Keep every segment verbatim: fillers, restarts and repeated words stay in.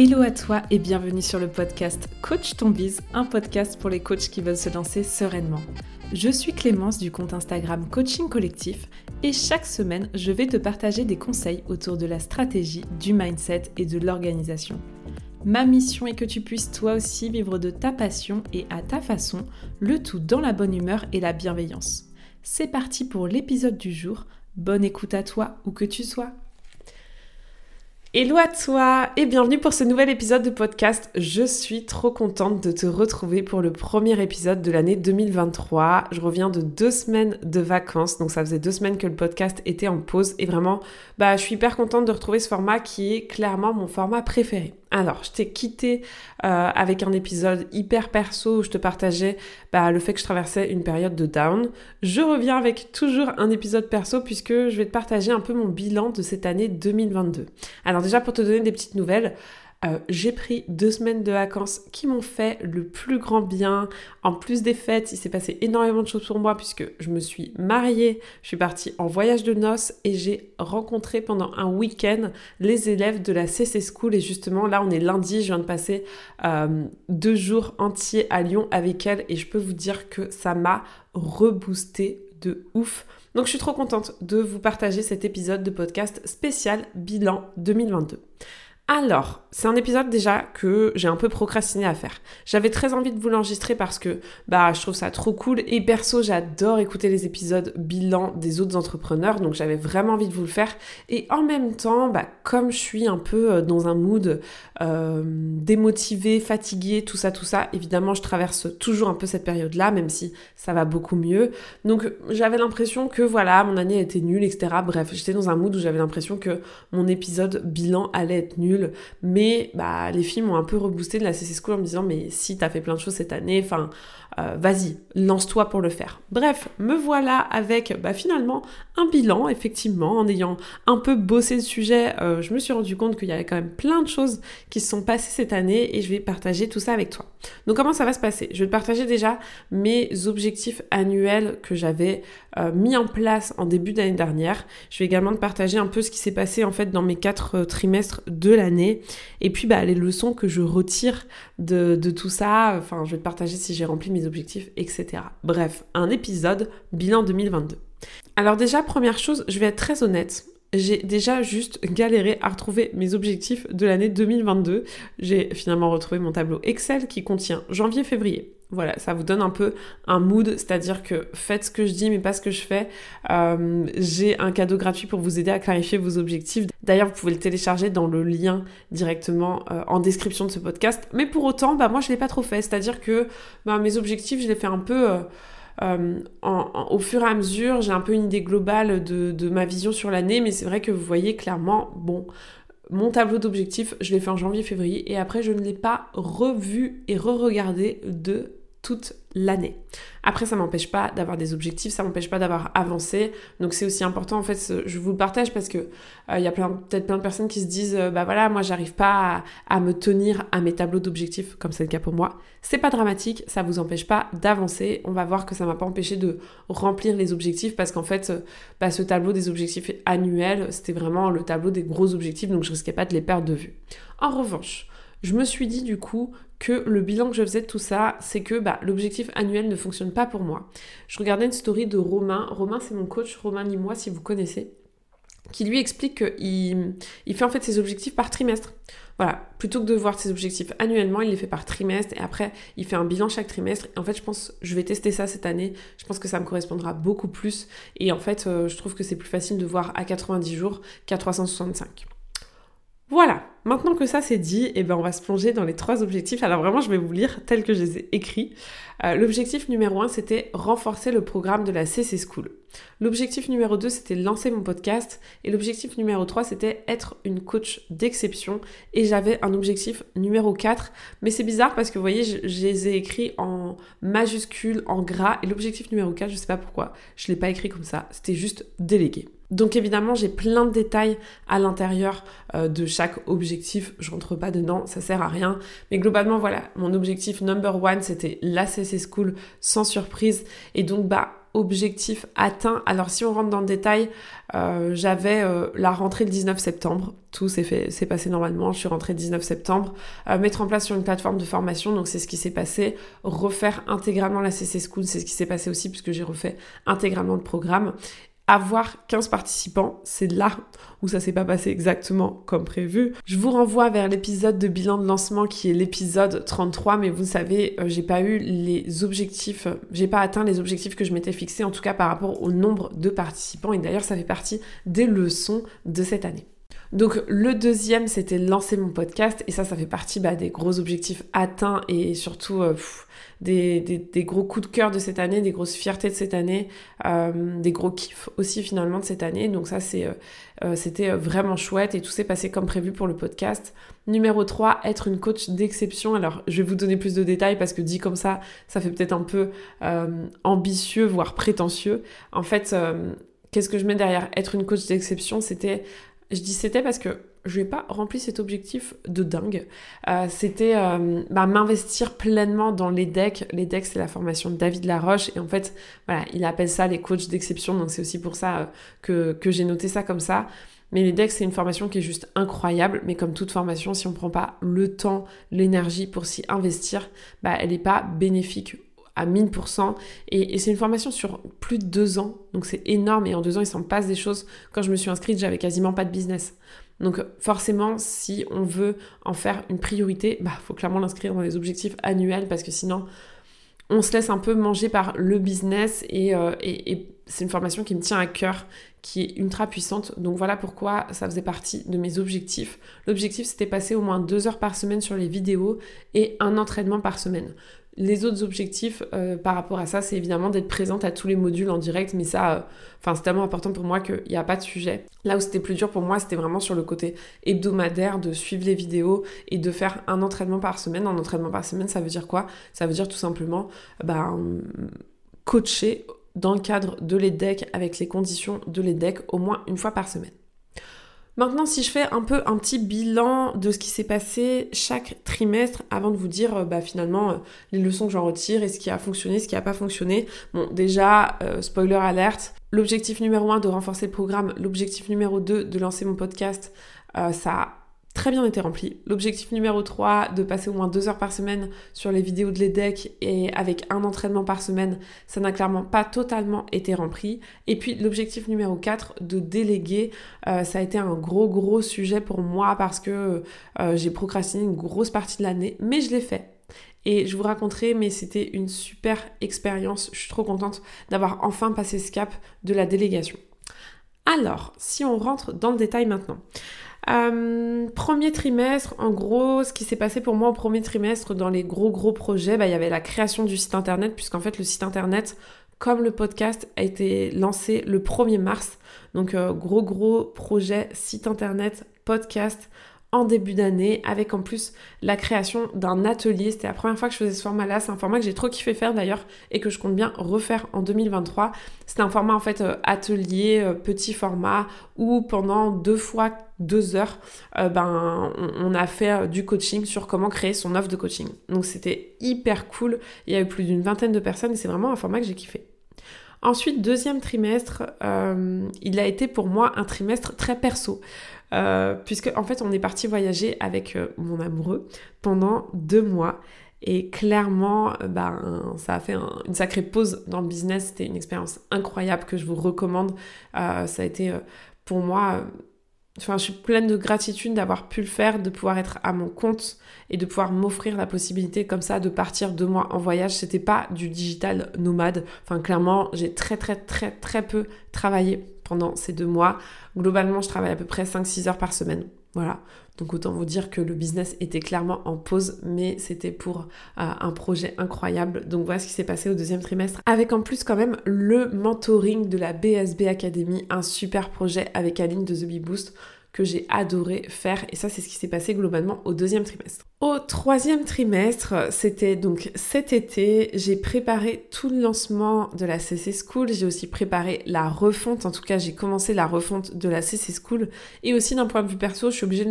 Hello à toi et bienvenue sur le podcast Coach ton biz, un podcast pour les coachs qui veulent se lancer sereinement. Je suis Clémence du compte Instagram Coaching Collectif et chaque semaine, je vais te partager des conseils autour de la stratégie, du mindset et de l'organisation. Ma mission est que tu puisses toi aussi vivre de ta passion et à ta façon, le tout dans la bonne humeur et la bienveillance. C'est parti pour l'épisode du jour. Bonne écoute à toi, où que tu sois. Hello à toi et bienvenue pour ce nouvel épisode de podcast. Je suis trop contente de te retrouver pour le premier épisode de l'année deux mille vingt-trois. Je reviens de deux semaines de vacances, donc ça faisait deux semaines que le podcast était en pause et vraiment, bah, je suis hyper contente de retrouver ce format qui est clairement mon format préféré. Alors, je t'ai quitté euh, avec un épisode hyper perso où je te partageais bah, le fait que je traversais une période de down. Je reviens avec toujours un épisode perso puisque je vais te partager un peu mon bilan de cette année deux mille vingt-deux. Alors déjà, pour te donner des petites nouvelles, Euh, j'ai pris deux semaines de vacances qui m'ont fait le plus grand bien. En plus des fêtes, il s'est passé énormément de choses pour moi puisque je me suis mariée, je suis partie en voyage de noces et j'ai rencontré pendant un week-end les élèves de la C C School. Et justement, là, on est lundi, je viens de passer euh, deux jours entiers à Lyon avec elles et je peux vous dire que ça m'a reboosté de ouf. Donc, je suis trop contente de vous partager cet épisode de podcast spécial bilan deux mille vingt-deux. Alors, c'est un épisode déjà que j'ai un peu procrastiné à faire. J'avais très envie de vous l'enregistrer parce que bah, je trouve ça trop cool et perso, j'adore écouter les épisodes bilan des autres entrepreneurs, donc j'avais vraiment envie de vous le faire. Et en même temps, bah, comme je suis un peu dans un mood euh, démotivé, fatigué, tout ça, tout ça, évidemment, je traverse toujours un peu cette période-là, même si ça va beaucoup mieux. Donc, j'avais l'impression que voilà, mon année était nulle, et cetera. Bref, j'étais dans un mood où j'avais l'impression que mon épisode bilan allait être nul. Mais bah, les filles m'ont un peu reboosté de la C C School en me disant mais si t'as fait plein de choses cette année, enfin euh, vas-y, lance-toi pour le faire. Bref, me voilà avec bah, finalement un bilan, effectivement, en ayant un peu bossé le sujet, euh, je me suis rendu compte qu'il y avait quand même plein de choses qui se sont passées cette année et je vais partager tout ça avec toi. Donc comment ça va se passer ? Je vais te partager déjà mes objectifs annuels que j'avais euh, mis en place en début d'année dernière. Je vais également te partager un peu ce qui s'est passé en fait dans mes quatre euh, trimestres de l'année et puis bah, les leçons que je retire de, de tout ça. Enfin, je vais te partager si j'ai rempli mes objectifs, et cetera. Bref, un épisode bilan deux mille vingt-deux. Alors déjà, première chose, je vais être très honnête. J'ai déjà juste galéré à retrouver mes objectifs de l'année deux mille vingt-deux. J'ai finalement retrouvé mon tableau Excel qui contient janvier-février. Voilà, ça vous donne un peu un mood, c'est-à-dire que faites ce que je dis mais pas ce que je fais. Euh, j'ai un cadeau gratuit pour vous aider à clarifier vos objectifs. D'ailleurs, vous pouvez le télécharger dans le lien directement euh, en description de ce podcast. Mais pour autant, bah, moi je ne l'ai pas trop fait, c'est-à-dire que bah, mes objectifs, je les fais un peu... Euh, Euh, en, en, au fur et à mesure, j'ai un peu une idée globale de, de ma vision sur l'année, mais c'est vrai que vous voyez clairement, bon, mon tableau d'objectifs, je l'ai fait en janvier-février et après je ne l'ai pas revu et re-regardé de toute l'année. Après, ça m'empêche pas d'avoir des objectifs, ça m'empêche pas d'avoir avancé. Donc c'est aussi important, en fait, je vous le partage parce que il euh, y a plein, peut-être plein de personnes qui se disent euh, bah voilà, moi j'arrive pas à, à me tenir à mes tableaux d'objectifs comme c'est le cas pour moi. C'est pas dramatique, ça vous empêche pas d'avancer. On va voir que ça m'a pas empêché de remplir les objectifs parce qu'en fait, euh, bah, ce tableau des objectifs annuels, c'était vraiment le tableau des gros objectifs, donc je risquais pas de les perdre de vue. En revanche, je me suis dit du coup que le bilan que je faisais de tout ça, c'est que bah, l'objectif annuel ne fonctionne pas pour moi. Je regardais une story de Romain. Romain, c'est mon coach, Romain Limois, si vous connaissez, qui lui explique qu'il il fait en fait ses objectifs par trimestre. Voilà, plutôt que de voir ses objectifs annuellement, il les fait par trimestre et après, il fait un bilan chaque trimestre. Et en fait, je pense, je vais tester ça cette année. Je pense que ça me correspondra beaucoup plus. Et en fait, euh, je trouve que c'est plus facile de voir à quatre-vingt-dix jours qu'à trois cent soixante-cinq. Voilà, maintenant que ça c'est dit, eh ben on va se plonger dans les trois objectifs. Alors vraiment, je vais vous lire tels que je les ai écrits. Euh, l'objectif numéro un, c'était renforcer le programme de la C C School. L'objectif numéro deux, c'était lancer mon podcast. Et l'objectif numéro trois, c'était être une coach d'exception. Et j'avais un objectif numéro quatre. Mais c'est bizarre parce que vous voyez, je, je les ai écrits en majuscules, en gras. Et l'objectif numéro quatre, je sais pas pourquoi, je l'ai pas écrit comme ça. C'était juste délégué. Donc évidemment, j'ai plein de détails à l'intérieur euh, de chaque objectif. Je rentre pas dedans, ça sert à rien. Mais globalement, voilà, mon objectif number one, c'était la C C School sans surprise. Et donc, bah, objectif atteint. Alors si on rentre dans le détail, euh, j'avais euh, la rentrée le dix-neuf septembre. Tout s'est fait, s'est passé normalement. Je suis rentrée le dix-neuf septembre. Euh, mettre en place sur une plateforme de formation, donc c'est ce qui s'est passé. Refaire intégralement la C C School, c'est ce qui s'est passé aussi puisque j'ai refait intégralement le programme. Avoir quinze participants, c'est là où ça s'est pas passé exactement comme prévu. Je vous renvoie vers l'épisode de bilan de lancement qui est l'épisode trente-trois, mais vous savez, euh, j'ai pas eu les objectifs, j'ai pas atteint les objectifs que je m'étais fixés, en tout cas par rapport au nombre de participants, et d'ailleurs ça fait partie des leçons de cette année. Donc le deuxième, c'était lancer mon podcast, et ça, ça fait partie bah, des gros objectifs atteints et surtout euh, pff, des, des, des gros coups de cœur de cette année, des grosses fiertés de cette année, euh, des gros kiffs aussi finalement de cette année. Donc ça, c'est, euh, c'était vraiment chouette et tout s'est passé comme prévu pour le podcast. Numéro trois, être une coach d'exception. Alors je vais vous donner plus de détails parce que dit comme ça, ça fait peut-être un peu euh, ambitieux, voire prétentieux. En fait, euh, qu'est-ce que je mets derrière être une coach d'exception ? C'était... Je dis c'était parce que je n'ai pas rempli cet objectif de dingue. Euh, c'était euh, bah, m'investir pleinement dans les decks. Les decks, c'est la formation de David Laroche. Et en fait, voilà, il appelle ça les coachs d'exception. Donc c'est aussi pour ça euh, que, que j'ai noté ça comme ça. Mais les decks, c'est une formation qui est juste incroyable. Mais comme toute formation, si on ne prend pas le temps, l'énergie pour s'y investir, bah, elle n'est pas bénéfique à mille pour cent. Et, et c'est une formation sur plus de deux ans. Donc c'est énorme. Et en deux ans, il s'en passe des choses. Quand je me suis inscrite, j'avais quasiment pas de business. Donc forcément, si on veut en faire une priorité, bah faut clairement l'inscrire dans les objectifs annuels parce que sinon, on se laisse un peu manger par le business et, euh, et, et c'est une formation qui me tient à cœur, qui est ultra puissante. Donc voilà pourquoi ça faisait partie de mes objectifs. L'objectif, c'était passer au moins deux heures par semaine sur les vidéos et un entraînement par semaine. Les autres objectifs euh, par rapport à ça, c'est évidemment d'être présente à tous les modules en direct, mais ça, euh, enfin, c'est tellement important pour moi qu'il n'y a pas de sujet. Là où c'était plus dur pour moi, c'était vraiment sur le côté hebdomadaire, de suivre les vidéos et de faire un entraînement par semaine. Un entraînement par semaine, ça veut dire quoi ? Ça veut dire tout simplement ben, coacher dans le cadre de l'E D E C avec les conditions de l'E D E C au moins une fois par semaine. Maintenant, si je fais un peu un petit bilan de ce qui s'est passé chaque trimestre avant de vous dire bah, finalement euh, les leçons que j'en retire et ce qui a fonctionné, ce qui n'a pas fonctionné. Bon, déjà, euh, spoiler alerte, l'objectif numéro un de renforcer le programme, l'objectif numéro deux de lancer mon podcast, euh, ça a très bien été rempli. L'objectif numéro trois, de passer au moins deux heures par semaine sur les vidéos de l'E D E C et avec un entraînement par semaine, ça n'a clairement pas totalement été rempli. Et puis l'objectif numéro quatre, de déléguer, euh, ça a été un gros gros sujet pour moi parce que euh, j'ai procrastiné une grosse partie de l'année, mais je l'ai fait. Et je vous raconterai, mais c'était une super expérience. Je suis trop contente d'avoir enfin passé ce cap de la délégation. Alors, si on rentre dans le détail maintenant. Euh, premier trimestre, en gros, ce qui s'est passé pour moi au premier trimestre dans les gros gros projets, bah, il y avait la création du site internet, puisqu'en fait le site internet, comme le podcast, a été lancé le premier mars. Donc euh, gros gros projet, site internet, podcast en début d'année, avec en plus la création d'un atelier. C'était la première fois que je faisais ce format-là. C'est un format que j'ai trop kiffé faire d'ailleurs et que je compte bien refaire en deux mille vingt-trois. C'était un format en fait euh, atelier, euh, petit format, où pendant deux fois deux heures, euh, ben, on, on a fait euh, du coaching sur comment créer son offre de coaching. Donc c'était hyper cool. Il y a eu plus d'une vingtaine de personnes et c'est vraiment un format que j'ai kiffé. Ensuite, deuxième trimestre, euh, il a été pour moi un trimestre très perso. Euh, puisque en fait on est parti voyager avec euh, mon amoureux pendant deux mois et clairement euh, ben, ça a fait un, une sacrée pause dans le business. C'était une expérience incroyable que je vous recommande. Euh, ça a été euh, pour moi euh, Enfin, je suis pleine de gratitude d'avoir pu le faire, de pouvoir être à mon compte et de pouvoir m'offrir la possibilité comme ça de partir deux mois en voyage. C'était pas du digital nomade. Enfin, clairement, j'ai très très très très peu travaillé pendant ces deux mois. Globalement, je travaille à peu près cinq six heures par semaine. Voilà. Donc autant vous dire que le business était clairement en pause, mais c'était pour euh, un projet incroyable. Donc voilà ce qui s'est passé au deuxième trimestre. Avec en plus quand même le mentoring de la B S B Academy, un super projet avec Aline de The Bee Boost que j'ai adoré faire. Et ça, c'est ce qui s'est passé globalement au deuxième trimestre. Au troisième trimestre, c'était donc cet été, j'ai préparé tout le lancement de la C C School. J'ai aussi préparé la refonte. En tout cas, j'ai commencé la refonte de la C C School. Et aussi d'un point de vue perso, je suis obligée de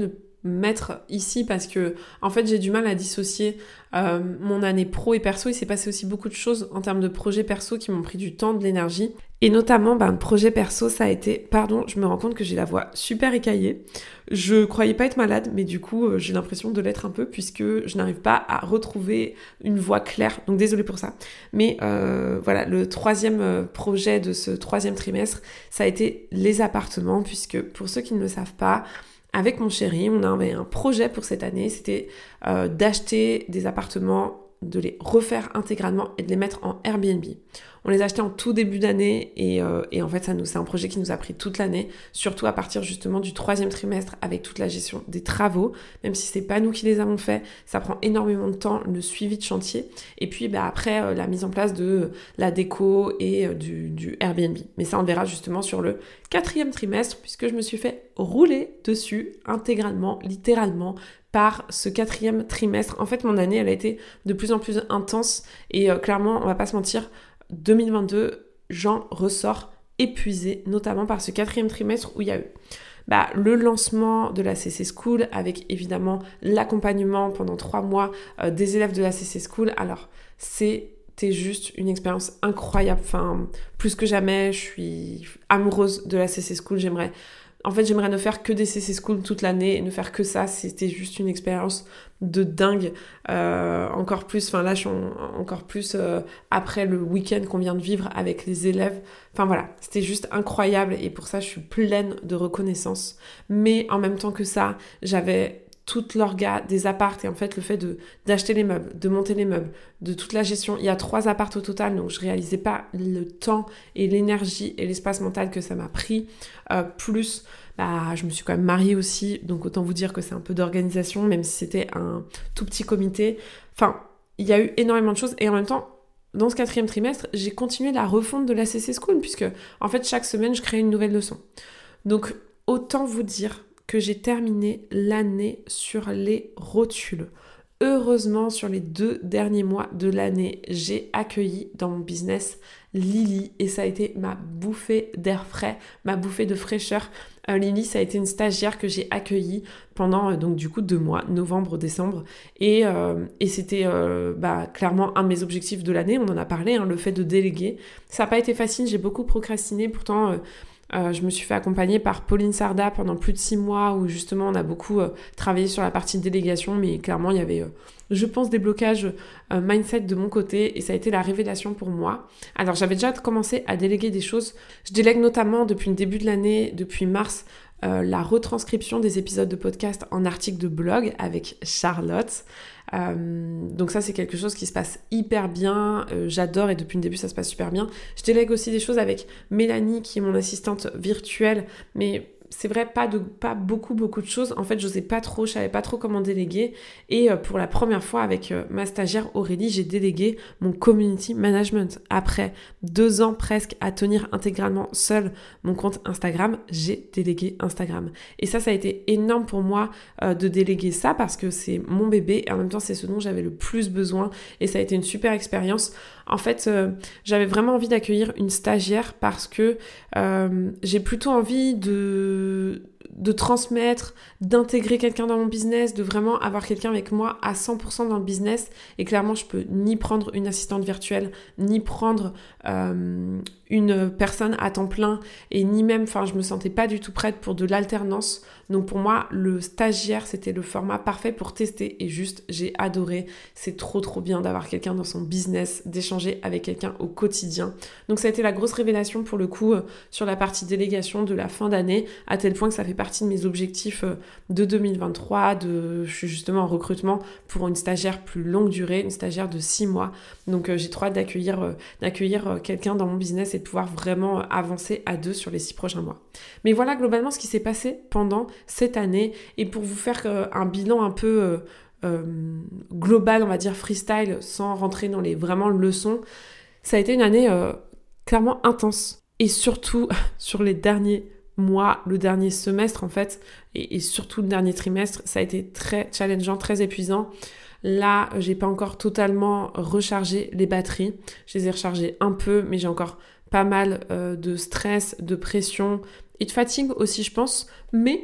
mettre ici parce que en fait j'ai du mal à dissocier euh, mon année pro et perso. Il s'est passé aussi beaucoup de choses en termes de projets perso qui m'ont pris du temps, de l'énergie, et notamment ben, le projet perso ça a été, pardon je me rends compte que j'ai la voix super écaillée, je croyais pas être malade mais du coup euh, j'ai l'impression de l'être un peu puisque je n'arrive pas à retrouver une voix claire, donc désolée pour ça, mais euh, voilà, le troisième projet de ce troisième trimestre ça a été les appartements, puisque pour ceux qui ne le savent pas, avec mon chéri, on avait un projet pour cette année, c'était euh, d'acheter des appartements, de les refaire intégralement et de les mettre en Airbnb. On les achetait en tout début d'année et, euh, et en fait ça nous, c'est un projet qui nous a pris toute l'année, surtout à partir justement du troisième trimestre avec toute la gestion des travaux, même si c'est pas nous qui les avons fait, ça prend énormément de temps, le suivi de chantier, et puis bah, après euh, la mise en place de euh, la déco et euh, du, du Airbnb. Mais ça on le verra justement sur le quatrième trimestre, puisque je me suis fait rouler dessus intégralement, littéralement, par ce quatrième trimestre. En fait, mon année, elle a été de plus en plus intense et euh, clairement, on va pas se mentir, deux mille vingt-deux, j'en ressors épuisée, notamment par ce quatrième trimestre où il y a eu bah, le lancement de la C C School avec évidemment l'accompagnement pendant trois mois euh, des élèves de la C C School. Alors, c'était juste une expérience incroyable. Enfin, plus que jamais, je suis amoureuse de la C C School. J'aimerais En fait, j'aimerais ne faire que des C C School toute l'année et ne faire que ça. C'était juste une expérience de dingue. Euh, encore plus, enfin là, je suis en, encore plus euh, après le week-end qu'on vient de vivre avec les élèves. Enfin voilà, c'était juste incroyable et pour ça, je suis pleine de reconnaissance. Mais en même temps que ça, j'avais toute l'orga des apparts et en fait le fait de d'acheter les meubles, de monter les meubles, de toute la gestion. Il y a trois apparts au total, donc je réalisais pas le temps et l'énergie et l'espace mental que ça m'a pris. Euh, plus, bah, je me suis quand même mariée aussi, donc autant vous dire que c'est un peu d'organisation, même si c'était un tout petit comité. Enfin, il y a eu énormément de choses et en même temps, dans ce quatrième trimestre, j'ai continué la refonte de la C C School puisque en fait chaque semaine je crée une nouvelle leçon. Donc autant vous dire que j'ai terminé l'année sur les rotules. Heureusement, sur les deux derniers mois de l'année, j'ai accueilli dans mon business Lily et ça a été ma bouffée d'air frais, ma bouffée de fraîcheur. Euh, Lily, ça a été une stagiaire que j'ai accueillie pendant euh, donc du coup deux mois, novembre, décembre, et, euh, et c'était euh, bah, clairement un de mes objectifs de l'année. On en a parlé, hein, le fait de déléguer. Ça n'a pas été facile, j'ai beaucoup procrastiné, pourtant. Euh, Euh, je me suis fait accompagner par Pauline Sarda pendant plus de six mois où justement on a beaucoup euh, travaillé sur la partie délégation, mais clairement il y avait, euh, je pense, des blocages euh, mindset de mon côté et ça a été la révélation pour moi. Alors j'avais déjà commencé à déléguer des choses. Je délègue notamment depuis le début de l'année, depuis mars, euh, la retranscription des épisodes de podcast en articles de blog avec Charlotte. Euh, donc ça c'est quelque chose qui se passe hyper bien, euh, j'adore et depuis le début ça se passe super bien. Je délègue aussi des choses avec Mélanie qui est mon assistante virtuelle, mais c'est vrai, pas, de, pas beaucoup beaucoup de choses. En fait, je n'osais pas trop, je savais pas trop comment déléguer. Et euh, pour la première fois avec euh, ma stagiaire Aurélie, j'ai délégué mon community management. Après deux ans presque à tenir intégralement seul mon compte Instagram, j'ai délégué Instagram. Et ça, ça a été énorme pour moi euh, de déléguer ça parce que c'est mon bébé et en même temps, c'est ce dont j'avais le plus besoin. Et ça a été une super expérience. En fait, euh, j'avais vraiment envie d'accueillir une stagiaire parce que euh, j'ai plutôt envie de, de transmettre, d'intégrer quelqu'un dans mon business, de vraiment avoir quelqu'un avec moi à cent pour cent dans le business. Et clairement, je peux ni prendre une assistante virtuelle, ni prendre euh, une personne à temps plein, et ni même, enfin, je me sentais pas du tout prête pour de l'alternance. Donc pour moi, le stagiaire, c'était le format parfait pour tester et juste, j'ai adoré. C'est trop trop bien d'avoir quelqu'un dans son business, d'échanger avec quelqu'un au quotidien. Donc ça a été la grosse révélation pour le coup euh, sur la partie délégation de la fin d'année, à tel point que ça fait partie de mes objectifs euh, de deux mille vingt-trois. De, je suis justement en recrutement pour une stagiaire plus longue durée, une stagiaire de six mois. Donc euh, j'ai trop hâte d'accueillir, euh, d'accueillir euh, quelqu'un dans mon business et de pouvoir vraiment euh, avancer à deux sur les six prochains mois. Mais voilà globalement ce qui s'est passé pendant cette année, et pour vous faire euh, un bilan un peu euh, euh, global, on va dire freestyle, sans rentrer dans les vraiment leçons, ça a été une année euh, clairement intense, et surtout sur les derniers mois, le dernier semestre en fait, et, et surtout le dernier trimestre, ça a été très challengeant, très épuisant. Là, j'ai pas encore totalement rechargé les batteries, je les ai rechargées un peu, mais j'ai encore pas mal euh, de stress, de pression et de fatigue aussi, je pense, mais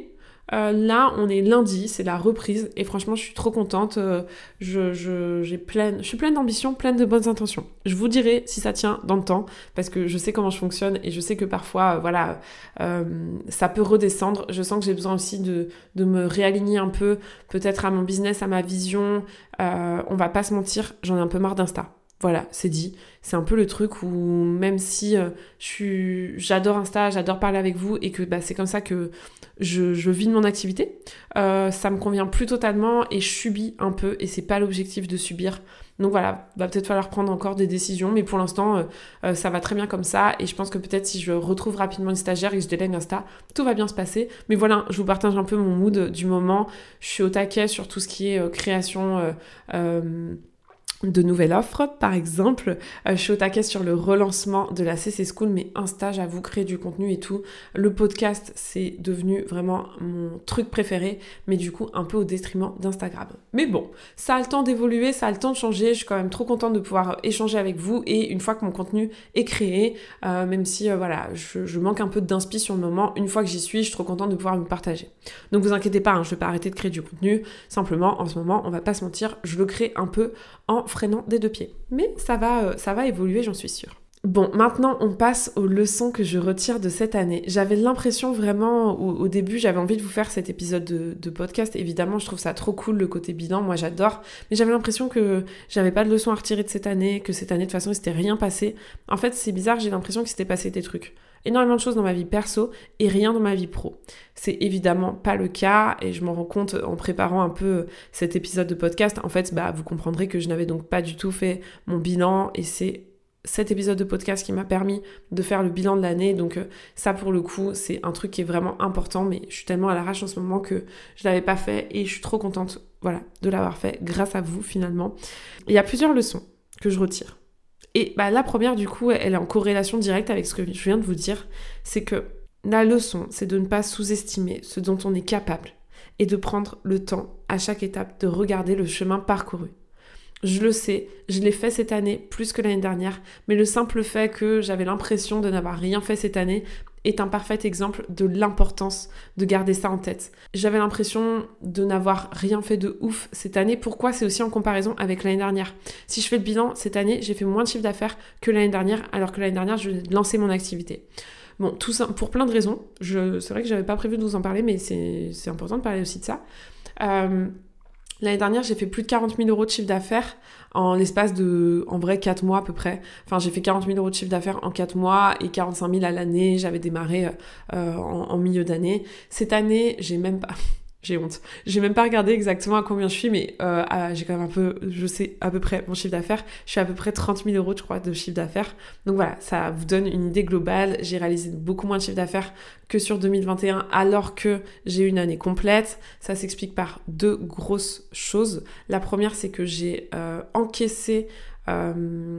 Euh, là, on est lundi, c'est la reprise et franchement, je suis trop contente. Euh, je, je, j'ai pleine, je suis pleine d'ambition, pleine de bonnes intentions. Je vous dirai si ça tient dans le temps parce que je sais comment je fonctionne et je sais que parfois, euh, voilà, euh, ça peut redescendre. Je sens que j'ai besoin aussi de, de me réaligner un peu, peut-être à mon business, à ma vision. Euh, on va pas se mentir, j'en ai un peu marre d'Insta. Voilà, c'est dit. C'est un peu le truc où même si euh, je suis, j'adore Insta, j'adore parler avec vous et que bah, c'est comme ça que je, je vis de mon activité, euh, ça me convient plus totalement et je subis un peu et c'est pas l'objectif de subir. Donc voilà, va peut-être falloir prendre encore des décisions, mais pour l'instant, euh, euh, ça va très bien comme ça et je pense que peut-être si je retrouve rapidement une stagiaire et que je délègue Insta, tout va bien se passer. Mais voilà, je vous partage un peu mon mood du moment. Je suis au taquet sur tout ce qui est euh, création... Euh, euh, de nouvelles offres, par exemple. Euh, je suis au taquet sur le relancement de la C C School, mais Insta, j'avoue, créer du contenu et tout. Le podcast, c'est devenu vraiment mon truc préféré, mais du coup, un peu au détriment d'Instagram. Mais bon, ça a le temps d'évoluer, ça a le temps de changer. Je suis quand même trop contente de pouvoir échanger avec vous et une fois que mon contenu est créé, euh, même si, euh, voilà, je, je manque un peu d'inspi sur le moment, une fois que j'y suis, je suis trop contente de pouvoir me partager. Donc vous inquiétez pas, hein, je vais pas arrêter de créer du contenu. Simplement, en ce moment, on va pas se mentir, je le crée un peu en freinant des deux pieds. Mais ça va, euh, ça va évoluer, j'en suis sûre. Bon, maintenant on passe aux leçons que je retire de cette année. J'avais l'impression vraiment, au, au début, j'avais envie de vous faire cet épisode de, de podcast. Évidemment, je trouve ça trop cool, le côté bilan, moi j'adore. Mais j'avais l'impression que j'avais pas de leçons à retirer de cette année, que cette année, de toute façon, il s'était rien passé. En fait, c'est bizarre, j'ai l'impression qu'il s'était passé des trucs. Énormément de choses dans ma vie perso et rien dans ma vie pro. C'est évidemment pas le cas et je m'en rends compte en préparant un peu cet épisode de podcast. En fait, bah, vous comprendrez que je n'avais donc pas du tout fait mon bilan et c'est cet épisode de podcast qui m'a permis de faire le bilan de l'année. Donc ça, pour le coup, c'est un truc qui est vraiment important, mais je suis tellement à l'arrache en ce moment que je l'avais pas fait et je suis trop contente, voilà, de l'avoir fait grâce à vous finalement. Il y a plusieurs leçons que je retire. Et bah, la première, du coup, elle est en corrélation directe avec ce que je viens de vous dire. C'est que la leçon, c'est de ne pas sous-estimer ce dont on est capable et de prendre le temps à chaque étape de regarder le chemin parcouru. Je le sais, je l'ai fait cette année plus que l'année dernière, mais le simple fait que j'avais l'impression de n'avoir rien fait cette année est un parfait exemple de l'importance de garder ça en tête. J'avais l'impression de n'avoir rien fait de ouf cette année. Pourquoi ? C'est aussi en comparaison avec l'année dernière. Si je fais le bilan, cette année, j'ai fait moins de chiffre d'affaires que l'année dernière, alors que l'année dernière, je lançais mon activité. Bon, tout ça pour plein de raisons. Je, c'est vrai que j'avais pas prévu de vous en parler, mais c'est, c'est important de parler aussi de ça. Euh, L'année dernière, j'ai fait plus de quarante mille euros de chiffre d'affaires en l'espace de, en vrai, quatre mois à peu près. Enfin, j'ai fait quarante mille euros de chiffre d'affaires en quatre mois et quarante-cinq mille à l'année. J'avais démarré euh, en, en milieu d'année. Cette année, j'ai même pas... J'ai honte. J'ai même pas regardé exactement à combien je suis, mais euh, à, j'ai quand même un peu, je sais à peu près mon chiffre d'affaires. Je suis à peu près trente mille euros, je crois, de chiffre d'affaires. Donc voilà, ça vous donne une idée globale. J'ai réalisé beaucoup moins de chiffre d'affaires que sur deux mille vingt et un, alors que j'ai eu une année complète. Ça s'explique par deux grosses choses. La première, c'est que j'ai euh, encaissé euh,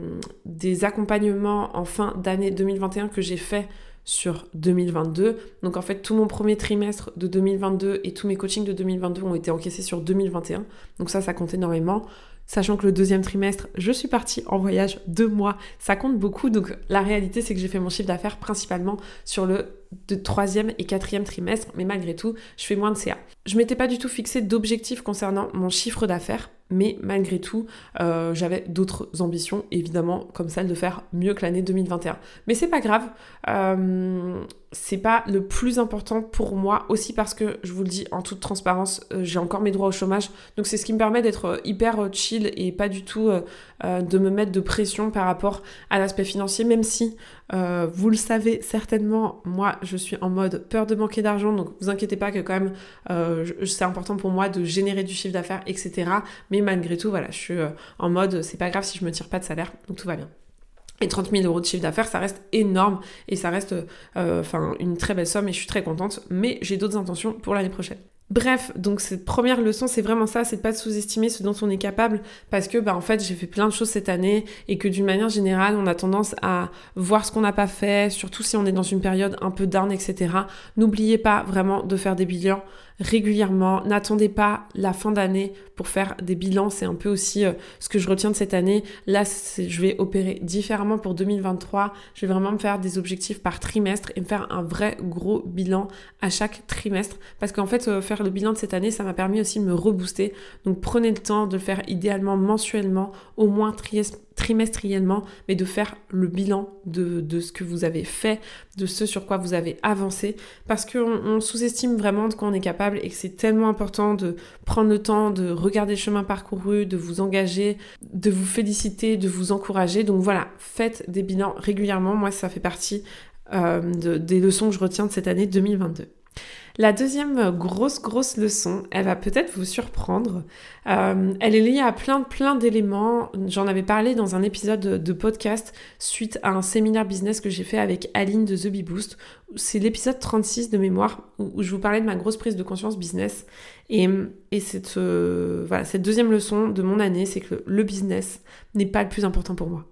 des accompagnements en fin d'année deux mille vingt et un que j'ai fait sur deux mille vingt-deux. Donc en fait, tout mon premier trimestre de deux mille vingt-deux et tous mes coachings de deux mille vingt-deux ont été encaissés sur deux mille vingt et un. Donc ça, ça compte énormément. Sachant que le deuxième trimestre, je suis partie en voyage deux mois. Ça compte beaucoup. Donc la réalité, c'est que j'ai fait mon chiffre d'affaires principalement sur le de troisième et quatrième trimestre. Mais malgré tout, je fais moins de C A. Je m'étais pas du tout fixé d'objectifs concernant mon chiffre d'affaires. Mais malgré tout, euh, j'avais d'autres ambitions, évidemment, comme celle de faire mieux que l'année deux mille vingt et un. Mais c'est pas grave, euh, c'est pas le plus important pour moi, aussi parce que, je vous le dis en toute transparence, euh, j'ai encore mes droits au chômage, donc c'est ce qui me permet d'être hyper chill et pas du tout euh, euh, de me mettre de pression par rapport à l'aspect financier, même si, euh, vous le savez certainement, moi je suis en mode peur de manquer d'argent, donc vous inquiétez pas que quand même, euh, je, c'est important pour moi de générer du chiffre d'affaires, et cetera. Mais malgré tout, voilà, je suis en mode, c'est pas grave si je me tire pas de salaire, donc tout va bien. Et trente mille euros de chiffre d'affaires, ça reste énorme et ça reste euh, enfin, une très belle somme et je suis très contente, mais j'ai d'autres intentions pour l'année prochaine. Bref, donc cette première leçon, c'est vraiment ça, c'est de pas de sous-estimer ce dont on est capable parce que bah en fait j'ai fait plein de choses cette année et que d'une manière générale on a tendance à voir ce qu'on n'a pas fait, surtout si on est dans une période un peu down, et cetera. N'oubliez pas vraiment de faire des bilans régulièrement, n'attendez pas la fin d'année pour faire des bilans, c'est un peu aussi euh, ce que je retiens de cette année. Là, c'est, je vais opérer différemment pour deux mille vingt-trois, je vais vraiment me faire des objectifs par trimestre et me faire un vrai gros bilan à chaque trimestre parce qu'en fait euh, faire le bilan de cette année, ça m'a permis aussi de me rebooster. Donc prenez le temps de le faire idéalement mensuellement, au moins trimestriellement, trimestriellement, mais de faire le bilan de, de ce que vous avez fait, de ce sur quoi vous avez avancé, parce qu'on on sous-estime vraiment de quoi on est capable et que c'est tellement important de prendre le temps de regarder le chemin parcouru, de vous engager, de vous féliciter, de vous encourager. Donc voilà, faites des bilans régulièrement. Moi, ça fait partie euh, de, des leçons que je retiens de cette année deux mille vingt-deux. La deuxième grosse, grosse leçon, elle va peut-être vous surprendre. Euh, elle est liée à plein, plein d'éléments. J'en avais parlé dans un épisode de, de podcast suite à un séminaire business que j'ai fait avec Aline de The Bee Boost. C'est l'épisode trente-six de mémoire où, où je vous parlais de ma grosse prise de conscience business. Et, et cette, euh, voilà, cette deuxième leçon de mon année, c'est que le business n'est pas le plus important pour moi.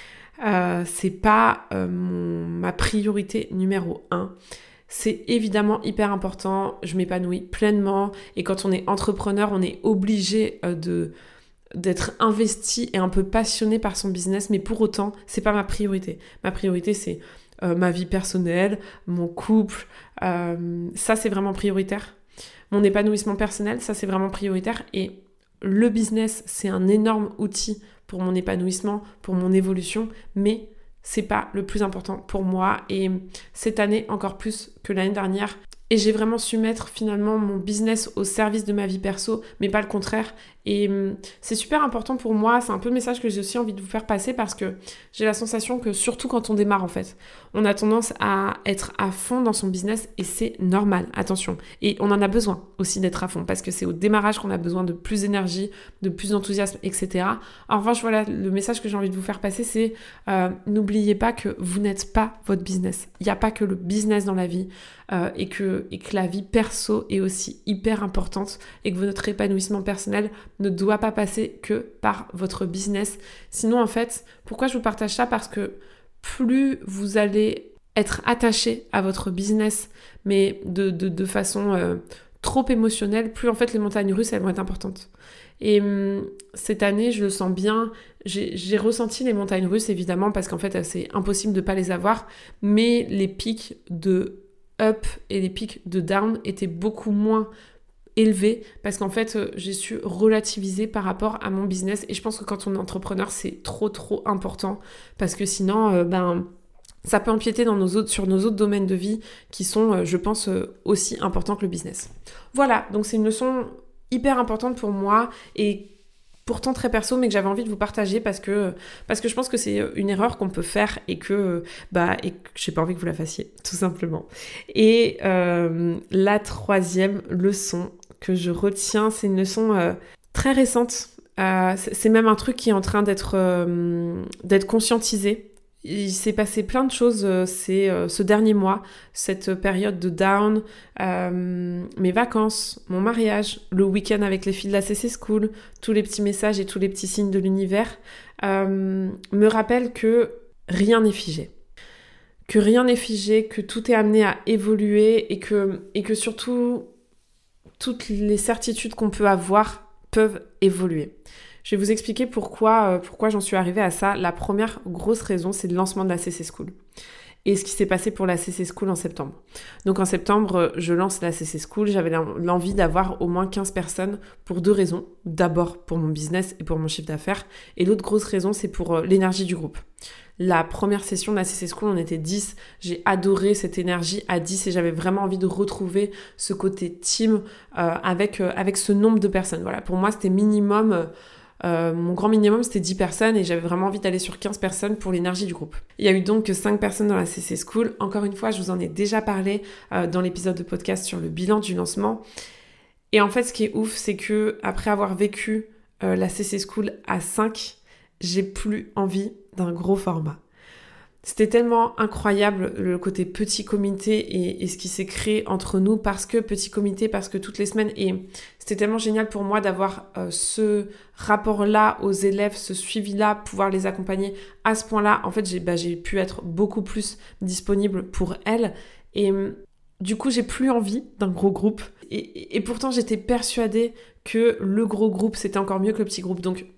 Euh, c'est pas euh, mon, ma priorité numéro un. C'est évidemment hyper important, je m'épanouis pleinement et quand on est entrepreneur, on est obligé euh, de, d'être investi et un peu passionné par son business, mais pour autant, c'est pas ma priorité. Ma priorité, c'est euh, ma vie personnelle, mon couple, euh, ça c'est vraiment prioritaire. Mon épanouissement personnel, ça c'est vraiment prioritaire et le business, c'est un énorme outil pour mon épanouissement, pour mon évolution, mais c'est pas le plus important pour moi et cette année encore plus que l'année dernière. Et j'ai vraiment su mettre finalement mon business au service de ma vie perso, mais pas le contraire. Et c'est super important pour moi, c'est un peu le message que j'ai aussi envie de vous faire passer parce que j'ai la sensation que surtout quand on démarre en fait, on a tendance à être à fond dans son business et c'est normal, attention. Et on en a besoin aussi d'être à fond parce que c'est au démarrage qu'on a besoin de plus d'énergie, de plus d'enthousiasme, et cetera. En revanche, voilà, le message que j'ai envie de vous faire passer, c'est euh, n'oubliez pas que vous n'êtes pas votre business. Il n'y a pas que le business dans la vie euh, et, que, et que la vie perso est aussi hyper importante et que votre épanouissement personnel ne doit pas passer que par votre business. Sinon, en fait, pourquoi je vous partage ça ? Parce que plus vous allez être attaché à votre business, mais de, de, de façon euh, trop émotionnelle, plus en fait les montagnes russes, elles vont être importantes. Et hum, cette année, je le sens bien, j'ai, j'ai ressenti les montagnes russes, évidemment, parce qu'en fait, c'est impossible de ne pas les avoir, mais les pics de up et les pics de down étaient beaucoup moins élevé parce qu'en fait euh, j'ai su relativiser par rapport à mon business et je pense que quand on est entrepreneur c'est trop trop important parce que sinon euh, ben ça peut empiéter dans nos autres, sur nos autres domaines de vie qui sont euh, je pense euh, aussi importants que le business. Voilà, donc c'est une leçon hyper importante pour moi et pourtant très perso mais que j'avais envie de vous partager parce que, parce que je pense que c'est une erreur qu'on peut faire et que, bah, et que j'ai pas envie que vous la fassiez tout simplement. Et euh, la troisième leçon que je retiens, c'est une leçon euh, très récente. Euh, c'est même un truc qui est en train d'être, euh, d'être conscientisé. Il s'est passé plein de choses euh, ces, euh, ce dernier mois, cette période de down, euh, mes vacances, mon mariage, le week-end avec les filles de la C C School, tous les petits messages et tous les petits signes de l'univers, euh, me rappellent que rien n'est figé. Que rien n'est figé, que tout est amené à évoluer et que, et que surtout, toutes les certitudes qu'on peut avoir peuvent évoluer. Je vais vous expliquer pourquoi, euh, pourquoi j'en suis arrivée à ça. La première grosse raison, c'est le lancement de la C C School. Et ce qui s'est passé pour la C C School en septembre. Donc en septembre, je lance la C C School. J'avais l'envie d'avoir au moins quinze personnes pour deux raisons. D'abord pour mon business et pour mon chiffre d'affaires. Et l'autre grosse raison, c'est pour l'énergie du groupe. La première session de la C C School, on était dix. J'ai adoré cette énergie à dix et j'avais vraiment envie de retrouver ce côté team euh, avec, euh, avec ce nombre de personnes. Voilà, pour moi, c'était minimum... Euh, Euh, mon grand minimum c'était dix personnes et j'avais vraiment envie d'aller sur quinze personnes pour l'énergie du groupe. Il y a eu donc que cinq personnes dans la C C School. Encore une fois, je vous en ai déjà parlé euh, dans l'épisode de podcast sur le bilan du lancement. Et en fait, ce qui est ouf, c'est que après avoir vécu euh, la C C School à cinq, j'ai plus envie d'un gros format. C'était tellement incroyable le côté petit comité et, et ce qui s'est créé entre nous parce que petit comité, parce que toutes les semaines, et c'était tellement génial pour moi d'avoir euh, ce rapport-là aux élèves, ce suivi-là, pouvoir les accompagner à ce point-là. En fait, j'ai, bah, j'ai pu être beaucoup plus disponible pour elles et du coup, j'ai plus envie d'un gros groupe et, et, et pourtant, j'étais persuadée que le gros groupe, c'était encore mieux que le petit groupe. Donc,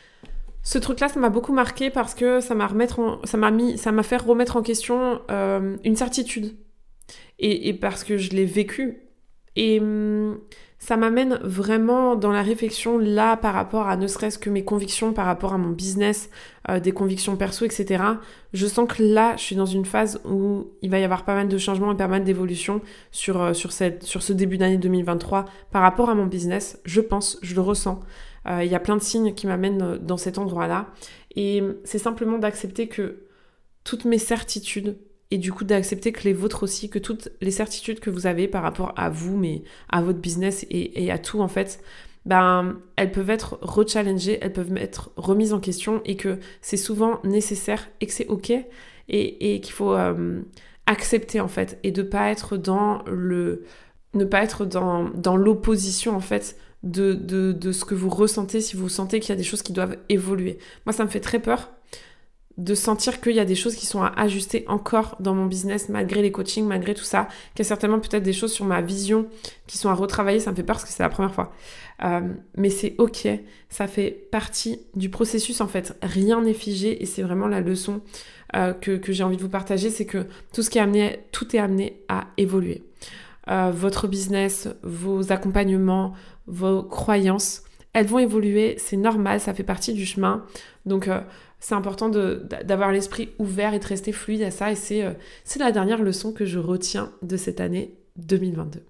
ce truc-là, ça m'a beaucoup marqué parce que ça m'a, remettre en, ça m'a, mis, ça m'a fait remettre en question euh, une certitude. Et, et parce que je l'ai vécu. Et hum, ça m'amène vraiment dans la réflexion là par rapport à ne serait-ce que mes convictions, par rapport à mon business, euh, des convictions perso, et cetera. Je sens que là, je suis dans une phase où il va y avoir pas mal de changements et pas mal d'évolutions sur, euh, sur, cette, sur ce début d'année deux mille vingt-trois par rapport à mon business. Je pense, je le ressens. Il euh, y a plein de signes qui m'amènent dans cet endroit-là. Et c'est simplement d'accepter que toutes mes certitudes, et du coup d'accepter que les vôtres aussi, que toutes les certitudes que vous avez par rapport à vous, mais à votre business et, et à tout en fait, ben, elles peuvent être rechallengées, elles peuvent être remises en question et que c'est souvent nécessaire et que c'est ok et, et qu'il faut euh, accepter en fait et de pas être dans le... ne pas être dans, dans l'opposition en fait de, de, de ce que vous ressentez si vous sentez qu'il y a des choses qui doivent évoluer. Moi, ça me fait très peur de sentir qu'il y a des choses qui sont à ajuster encore dans mon business malgré les coachings, malgré tout ça, qu'il y a certainement peut-être des choses sur ma vision qui sont à retravailler. Ça me fait peur parce que c'est la première fois. Euh, mais c'est ok, ça fait partie du processus en fait. Rien n'est figé et c'est vraiment la leçon euh, que, que j'ai envie de vous partager, c'est que tout ce qui est amené, tout est amené à évoluer. Euh, votre business, vos accompagnements, vos croyances, elles vont évoluer, c'est normal, ça fait partie du chemin. Donc euh, c'est important de, d'avoir l'esprit ouvert et de rester fluide à ça. Et c'est, euh, c'est la dernière leçon que je retiens de cette année deux mille vingt-deux.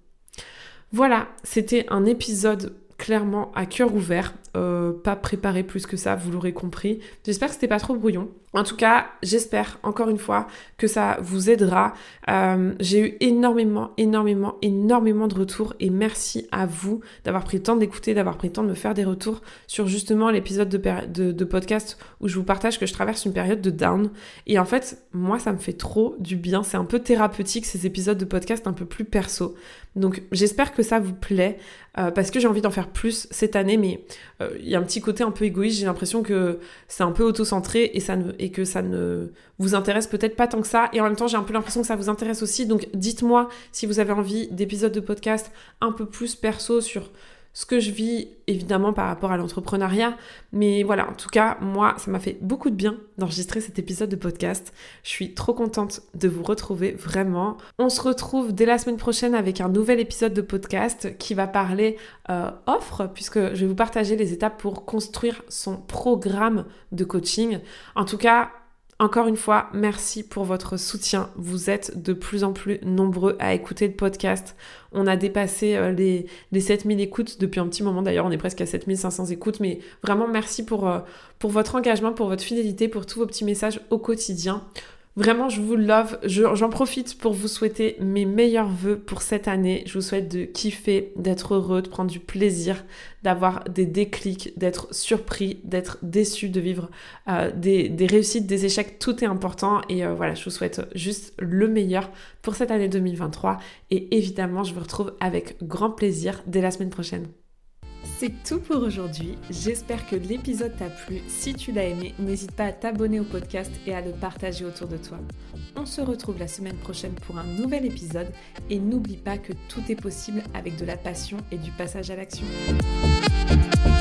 Voilà, c'était un épisode clairement à cœur ouvert, euh, pas préparé plus que ça, vous l'aurez compris. J'espère que c'était pas trop brouillon. En tout cas, j'espère encore une fois que ça vous aidera. Euh, j'ai eu énormément, énormément, énormément de retours et merci à vous d'avoir pris le temps d'écouter, d'avoir pris le temps de me faire des retours sur justement l'épisode de, per- de, de podcast où je vous partage que je traverse une période de down. Et en fait, moi, ça me fait trop du bien. C'est un peu thérapeutique ces épisodes de podcast un peu plus perso. Donc, j'espère que ça vous plaît euh, parce que j'ai envie d'en faire plus cette année, mais il euh, y a un petit côté un peu égoïste. J'ai l'impression que c'est un peu auto-centré et ça ne et que ça ne vous intéresse peut-être pas tant que ça. Et en même temps, j'ai un peu l'impression que ça vous intéresse aussi. Donc, dites-moi si vous avez envie d'épisodes de podcast un peu plus perso sur ce que je vis, évidemment, par rapport à l'entrepreneuriat. Mais voilà, en tout cas, moi, ça m'a fait beaucoup de bien d'enregistrer cet épisode de podcast. Je suis trop contente de vous retrouver, vraiment. On se retrouve dès la semaine prochaine avec un nouvel épisode de podcast qui va parler euh, offre, puisque je vais vous partager les étapes pour construire son programme de coaching. En tout cas, encore une fois, merci pour votre soutien. Vous êtes de plus en plus nombreux à écouter le podcast. On a dépassé euh, les, les sept mille écoutes depuis un petit moment. D'ailleurs, on est presque à sept mille cinq cents écoutes. Mais vraiment, merci pour, euh, pour votre engagement, pour votre fidélité, pour tous vos petits messages au quotidien. Vraiment, je vous love. Je, j'en profite pour vous souhaiter mes meilleurs vœux pour cette année. Je vous souhaite de kiffer, d'être heureux, de prendre du plaisir, d'avoir des déclics, d'être surpris, d'être déçu, de vivre euh, des, des réussites, des échecs. Tout est important. Et euh, voilà, je vous souhaite juste le meilleur pour cette année deux mille vingt-trois. Et évidemment, je vous retrouve avec grand plaisir dès la semaine prochaine. C'est tout pour aujourd'hui, j'espère que l'épisode t'a plu. Si tu l'as aimé, n'hésite pas à t'abonner au podcast et à le partager autour de toi. On se retrouve la semaine prochaine pour un nouvel épisode et n'oublie pas que tout est possible avec de la passion et du passage à l'action.